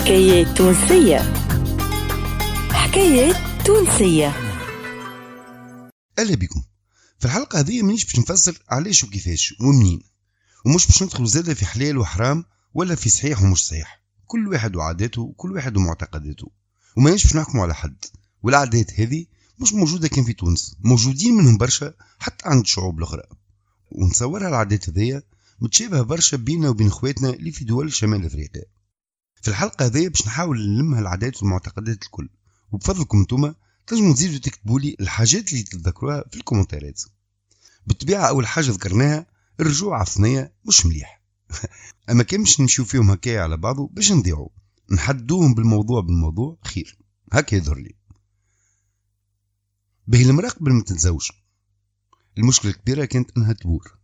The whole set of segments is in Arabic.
حكايات تونسية. حكايات تونسية. أهلا بكم. في الحلقة هذه مانيش باش نفسر علاش وكيفاش ومنين، ومش باش ندخلوا زادة في حلال وحرام ولا في صحيح ومش صحيح. كل واحد وعاداته وكل واحد ومعتقداته، ومانيش باش نحكموا على حد. والعادات هذه مش موجودة كان في تونس، موجودين منهم برشا حتى عند الشعوب الأخرى. ونتصورها العادات هذيا متشابهة برشا بيننا وبين اخواتنا اللي في دول شمال افريقيا. في الحلقة هذيا باش نحاول نلمها العادات والمعتقدات الكل، وبفضلكم انتوما تنجموا تزيدوا تكتبوا لي الحاجات اللي تتذكروها في الكومنتات. بالطبيعة أول حاجة ذكرناها الرجوع على الثنية مش مليح. أما كان مش نمشيو فيهم هكايا على بعضه باش نضيعوا، نحدوهم بالموضوع خير، هكا يظهر لي. به المرأة قبل ما تتزوج المشكلة الكبيرة كانت انها تبور.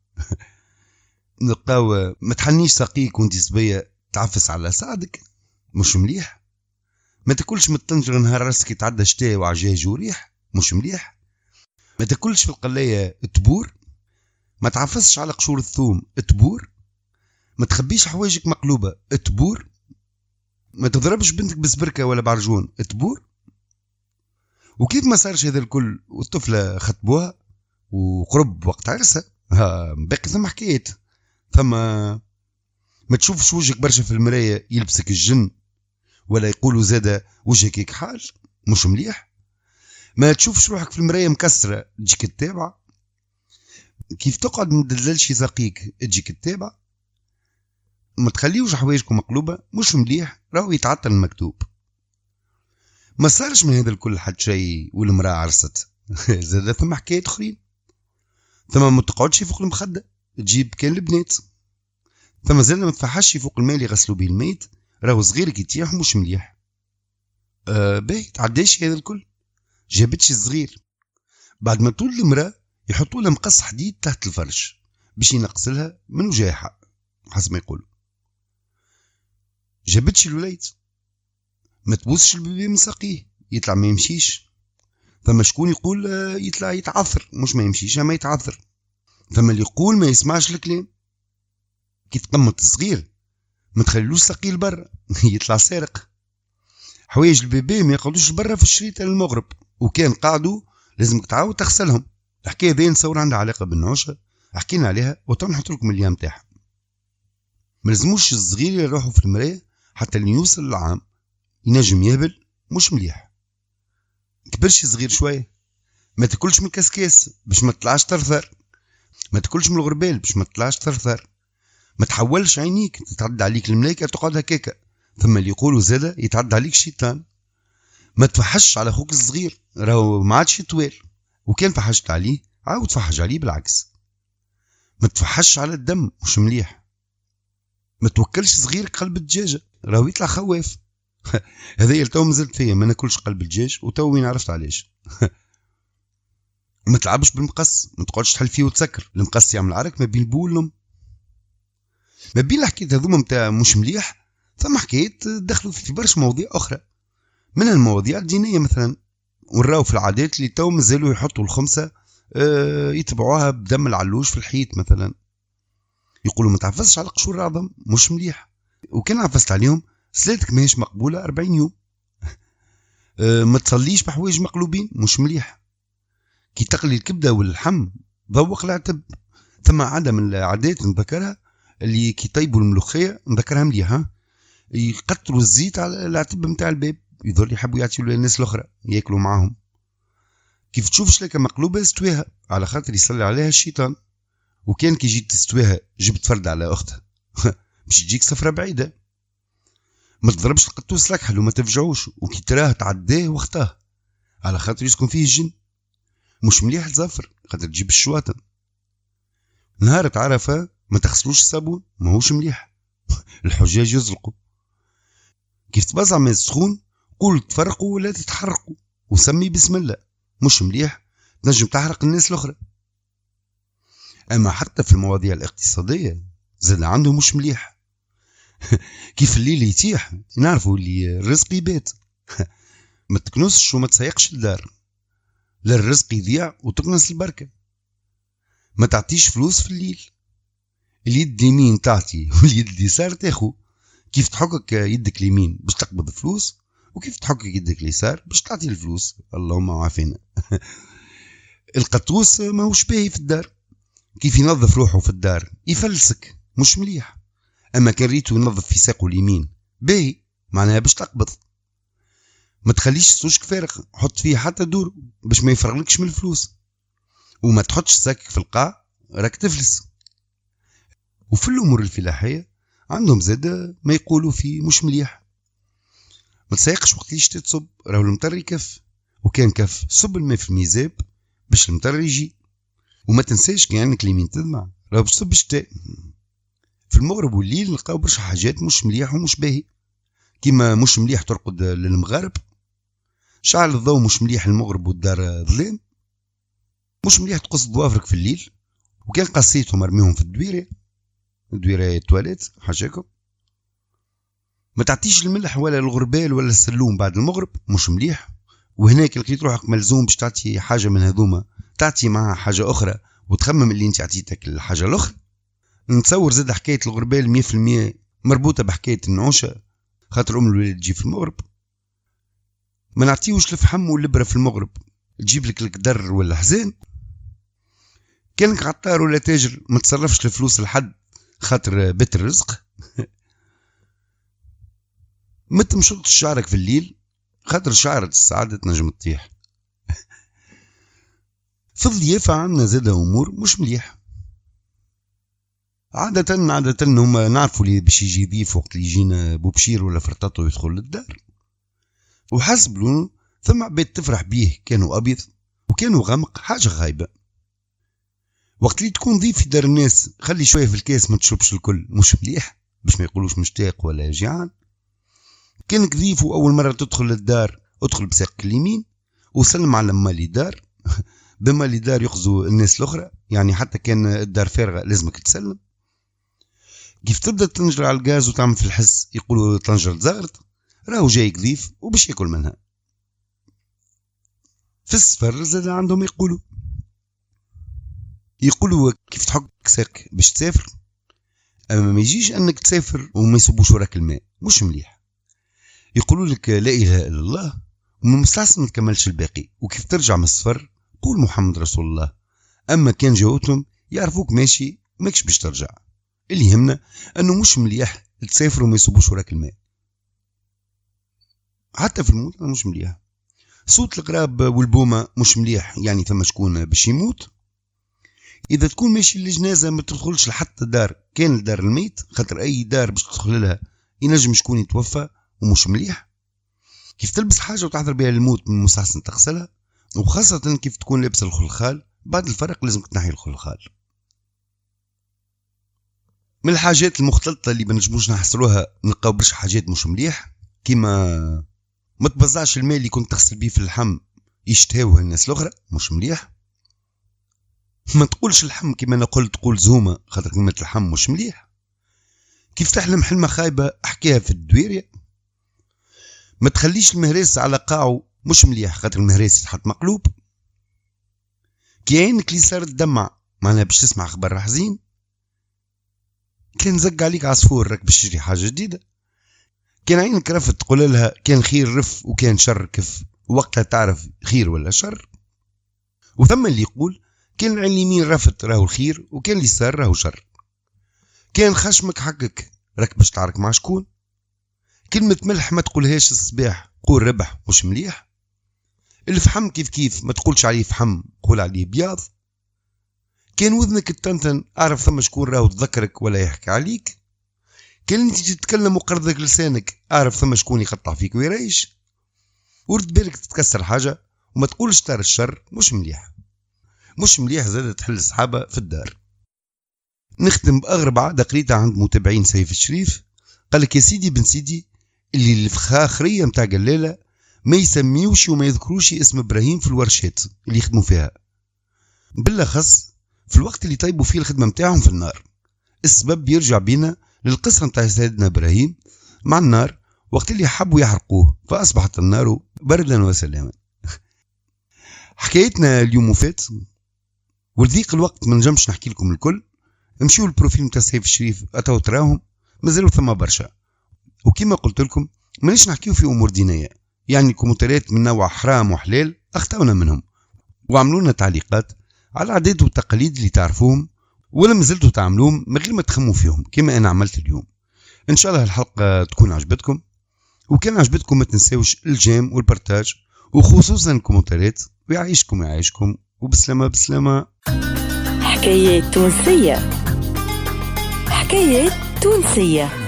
نلقاو ما تحنيش ساقيك وانت صبية تعفس على ساعدك مش مليح. ما تاكلش من الطنجرة نهار راسك يتعدى شتاء وعجاج وريح مش مليح. ما تاكلش في القلاية تبور. ما تعفسش على قشور الثوم تبور. ما تخبيش حوايجك مقلوبة تبور. ما تضربش بنتك بسبركة ولا بعرجون تبور. وكيف ما صارش هذا الكل والطفلة خطبوها وقرب وقت عرسها، باقي ثم حكايات. ثم ما تشوفش وجهك برشا في المراية يلبسك الجن، ولا يقولوا زادة وجهك يكحال مش مليح. ما تشوفش روحك في المراية مكسرة تجيك التابعة. كيف تقعد مدللش يساقيك تجيك التابعة. ما تخليوش حوايجكم مقلوبة مش مليح، راهو يتعطل المكتوب. ما صارش من هذا الكل حد شيء والمرأة عرست. زادة ثم حكاية اخرين. ثم ما تقعدش فوق المخدة تجيب كان البنات. ثم زادة ما تفحش فوق الماء اللي يغسلوا به الميت، راهو صغيرك يتيح مش مليح. باهي تعداش هذا الكل. جابتش الصغير بعد ما طول المرأة يحطوا لها مقص حديد تحت الفرش باش ينقص لها من وجاحة حسب ما يقولوا. جابتش الوليد، ما تبوسش البيبي من ساقيه يطلع ما يمشيش. ثم شكون يقول يطلع يتعثر مش ما يمشيش ما يتعثر. ثم اللي يقول ما يسمعش الكلام. كي تقمط الصغير ما تخليلوش ساقيه لبرا يطلع سارق. حوايج البيبي ما يقعدوش برا في الشريط المغرب، وكان قعدوا لازمك تعاود تغسلهم. الحكايه ذي نصور عندها علاقه بالنعوشه، حكينا عليها وتنحط لكم الايام تاعها. ما لازموش الصغير يروحوا في المرايه حتى اللي يوصل العام ينجم يهبل مش مليح. كبرش صغير شويه. ما تاكلش من الكسكاس باش ما تطلعش ثرثر. ما تاكلش من الغربال باش ما تطلعش ثرثر. ما تحولش عينيك تتعدى عليك الملايكه تقعد هكاكا. ثم اللي يقولوا زاده يتعدى عليك الشيطان. ما تفحش على اخوك الصغير راهو ما عادش طويل، وكان فحشت عليه عاود فحش عليه بالعكس. ما تفحش على الدم مش مليح. ما توكلش صغيرك قلب الدجاجه راهو يطلع خواف. هذا يلتو مازلت فيا ما ناكلش قلب الدجاج وتو وين عرفت علاش. ما تلعبش بالمقص، ما تقعدش تحل فيه وتسكر. المقص يعمل عرك ما بين البول والام. ما بين الحكايات هذوما نتاع مش مليح ثم حكايات دخلوا في برشا مواضيع اخرى، من المواضيع الدينيه مثلا. ونراو في العادات اللي تو مازالوا يحطوا الخمسه يتبعوها بدم العلوش في الحيط مثلا. يقولوا ما تعفسش على قشور العظم مش مليح، وكان عفست عليهم صلاتك ماهيش مقبوله 40 يوم. ما تصليش بحوايج مقلوبين مش مليح. كي تقلي الكبده واللحم ذوق العتب. ثم عاده من العادات نذكرها اللي كي طيبوا الملوخيه نذكرها مليح، يقطروا الزيت على العتب نتاع الباب، يظل يحبوا يعطيوا للناس الاخرى ياكلوا معاهم. كيف تشوف شلكه مقلوبه استويها على خاطر يصلي عليها الشيطان. وكان كي جيت تستويها جبت فرد على اختها باش تجيك سفره بعيده. ما تضربش القطوس لكحل وما تفجعوش، وكي تراه تعداه واختاه على خاطر يسكن فيه الجن مش مليح تزفر خاطر تجيب الشواطن. نهار عرفه ما تغسلوش الصابون ماهوش مليح. الحجاج يزرقوا. كيف تبزع ماء سخون قول تفرقوا ولا تتحرقوا وسمي بسم الله مش مليح، تنجم تحرق الناس الاخرى. اما حتى في المواضيع الاقتصاديه زاد عندهم مش مليح. كيف الليل يتيح نعرفوا اللي الرزق يبات. ما تكنسش وما تسيقش الدار، لا الرزق يضيع وتكنس البركه. ما تعطيش فلوس في الليل. اليد اليمين تعطي واليد اليسار تاخو. كيف تحكك يدك اليمين باش تقبض فلوس، وكيف تحكك يدك اليسار باش تعطي الفلوس. اللهم عافينا. القطوس ماهوش باهي في الدار، كيف ينظف روحه في الدار يفلسك مش مليح. اما كان ريتو ينظف في ساقه اليمين باهي، معناها باش تقبض. ما تخليش السوشك فارغ، حط فيه حتى دور باش ما يفرغلكش من الفلوس، وما تحطش ساكك في القاع راك تفلس. وفي الامور الفلاحيه عندهم زاد ما يقولوا فيه مش مليح. ما تسيقش وقت اللي شتي تصب، راهو المطر يكف، وكان كف صب الماء في الميزاب باش المطر يجي. وما تنساش كأنك اليمين تدمع راهو باش تصب الشتاء. في المغرب والليل نلقاو برشا حاجات مش مليح ومش باهي، كيما مش مليح ترقد للمغارب، شعل الضوء مش مليح المغرب والدار ظلام، مش مليح تقص ضوافرك في الليل، وكان قصيتهم ارميهم في الدويرة التواليت حاجاكم. ما تعطيش الملح ولا الغربال ولا السلوم بعد المغرب مش مليح. وهناك لقيت روحك ملزوم باش تعطي حاجة من هذوما، تعطي معها حاجة أخرى وتخمم اللي انت عطيتك الحاجة الأخرى. نتصور زاد حكاية الغربال 100% مربوطة بحكاية النعوشة، خاطر الولاد تجي في المغرب. ما نعطيوش الفحم واللبرة في المغرب، تجيب لك القدر ولا حزان. كانك عطار ولا تاجر ما تصرفش الفلوس لحد خاطر بيت الرزق. ما تمشطش شعرك في الليل خاطر شعرة السعادة تنجم تطيح. في الضيافة عندنا زاد أمور مش مليح. عادة هما نعرفوا اللي باش يجي ضيف وقت اللي يجينا بوبشير ولا فرطاطو يدخل للدار، وحسب لونه ثم عباد تفرح بيه كانوا أبيض وكانوا غامق، حاجة غايبة. وقت اللي تكون ضيف في دار الناس خلي شوية في الكاس، ما تشربش الكل مش مليح باش ما يقولوش مشتاق ولا جيعان. كانك ضيف وأول مرة تدخل للدار ادخل بساقك اليمين وسلم على مالي دار. بمالي دار يخزوا الناس الأخرى، يعني حتى كان الدار فارغة لازمك تسلم. كيف تبدأ تنجر على الغاز وتعمل في الحس يقولوا تنجر زغرت، راهو جايك ضيف وباش ياكل منها. في السفر زاد عندهم يقولوا كيف تحك ساق باش تسافر، اما ما يجيش انك تسافر وما يصبوش وراك الماء مش مليح. يقولوا لك لا اله الا الله ومن مستحسن ما تكملش الباقي، وكيف ترجع من السفر قول محمد رسول الله. اما كان جاوتهم يعرفوك ماشي وماكش باش ترجع. اللي يهمنا انه مش مليح تسافر وما يصبوش وراك الماء. حتى في الموت مش مليح. صوت القراب والبومة مش مليح، يعني ثم شكون باش يموت. إذا تكون ماشي للجنازة ما تدخلش لحتى دار كان الدار الميت، خاطر أي دار باش تدخل لها ينجم شكون يتوفى ومش مليح. كيف تلبس حاجة وتحضر بها الموت من مستحسن تغسلها، وخاصة كيف تكون لابس الخلخال بعد الفرق لازم تنحي الخلخال. من الحاجات المختلطة اللي بنجموش نحصروها نلقاو برشا حاجات مش مليح، كيما ما تبزعش الماء اللي كنت تغسل بيه في اللحم يشتهوه الناس الأخرى مش مليح. ما تقولش اللحم كما انا قلت تقول زهومه، خاطر كلمه اللحم مش مليح. كيف تحلم حلمه خايبه احكيها في الدويريه. ما تخليش المهراس على قاعه مش مليح، خاطر المهراس يتحط مقلوب. كي عينك اللي صار تدمع معناها باش تسمع خبر حزين. كان زق عليك عصفور راك باش تشري حاجه جديده. كان عينك رفت تقول لها كان خير رف وكان شر كف، وقتها تعرف خير ولا شر. وثم اللي يقول كان العين اليمين رفت راهو الخير وكان اليسار راهو شر. كان خشمك حقك راك باش تعرك مع شكون. كلمة ملح ما تقولهاش الصباح، قول ربح مش مليح. الفحم كيف ما تقولش عليه فحم، قول عليه بياض. كان وذنك التنتن اعرف ثم شكون راهو تذكرك ولا يحكي عليك. كان انت تتكلم وقرضك لسانك اعرف ثم شكون يقطع فيك ويريش. ورد بالك تتكسر حاجة وما تقولش تار الشر مش مليح. مش مليح زادة تحل الصحابة في الدار. نختم بأغرب عادة قريتها عند متابعين سيف الشريف. قالك يا سيدي بن سيدي اللي الفخاخرية متاع قلالة ما يسميوش وما يذكروش اسم إبراهيم في الورشات اللي يخدموا فيها، بالأخص في الوقت اللي طيبوا فيه الخدمة متاعهم في النار. السبب يرجع بينا للقصة متاع سيدنا إبراهيم مع النار وقت اللي حبوا يحرقوه فأصبحت النار بردا وسلاما. حكايتنا اليوم فات، ولذيق الوقت ما نجمش نحكي لكم الكل. امشيوا البروفيل متاع سيف الشريف اتو تراهم مازالوا ثم برشا. وكما قلت لكم مانيش نحكيو في امور دينيه، يعني كومنتات من نوع حرام وحلال اخطاونا منهم وعملونا تعليقات على العادات والتقاليد اللي تعرفوهم ولا مازلتوا تعملوهم من غير ما تخموا فيهم كما انا عملت اليوم. ان شاء الله الحلقه تكون عجبتكم، وكان عجبتكم ما تنساوش الجيم والبرتاج وخصوصا الكومنتات، ويعيشكم وبسلامه. حكايات تونسية.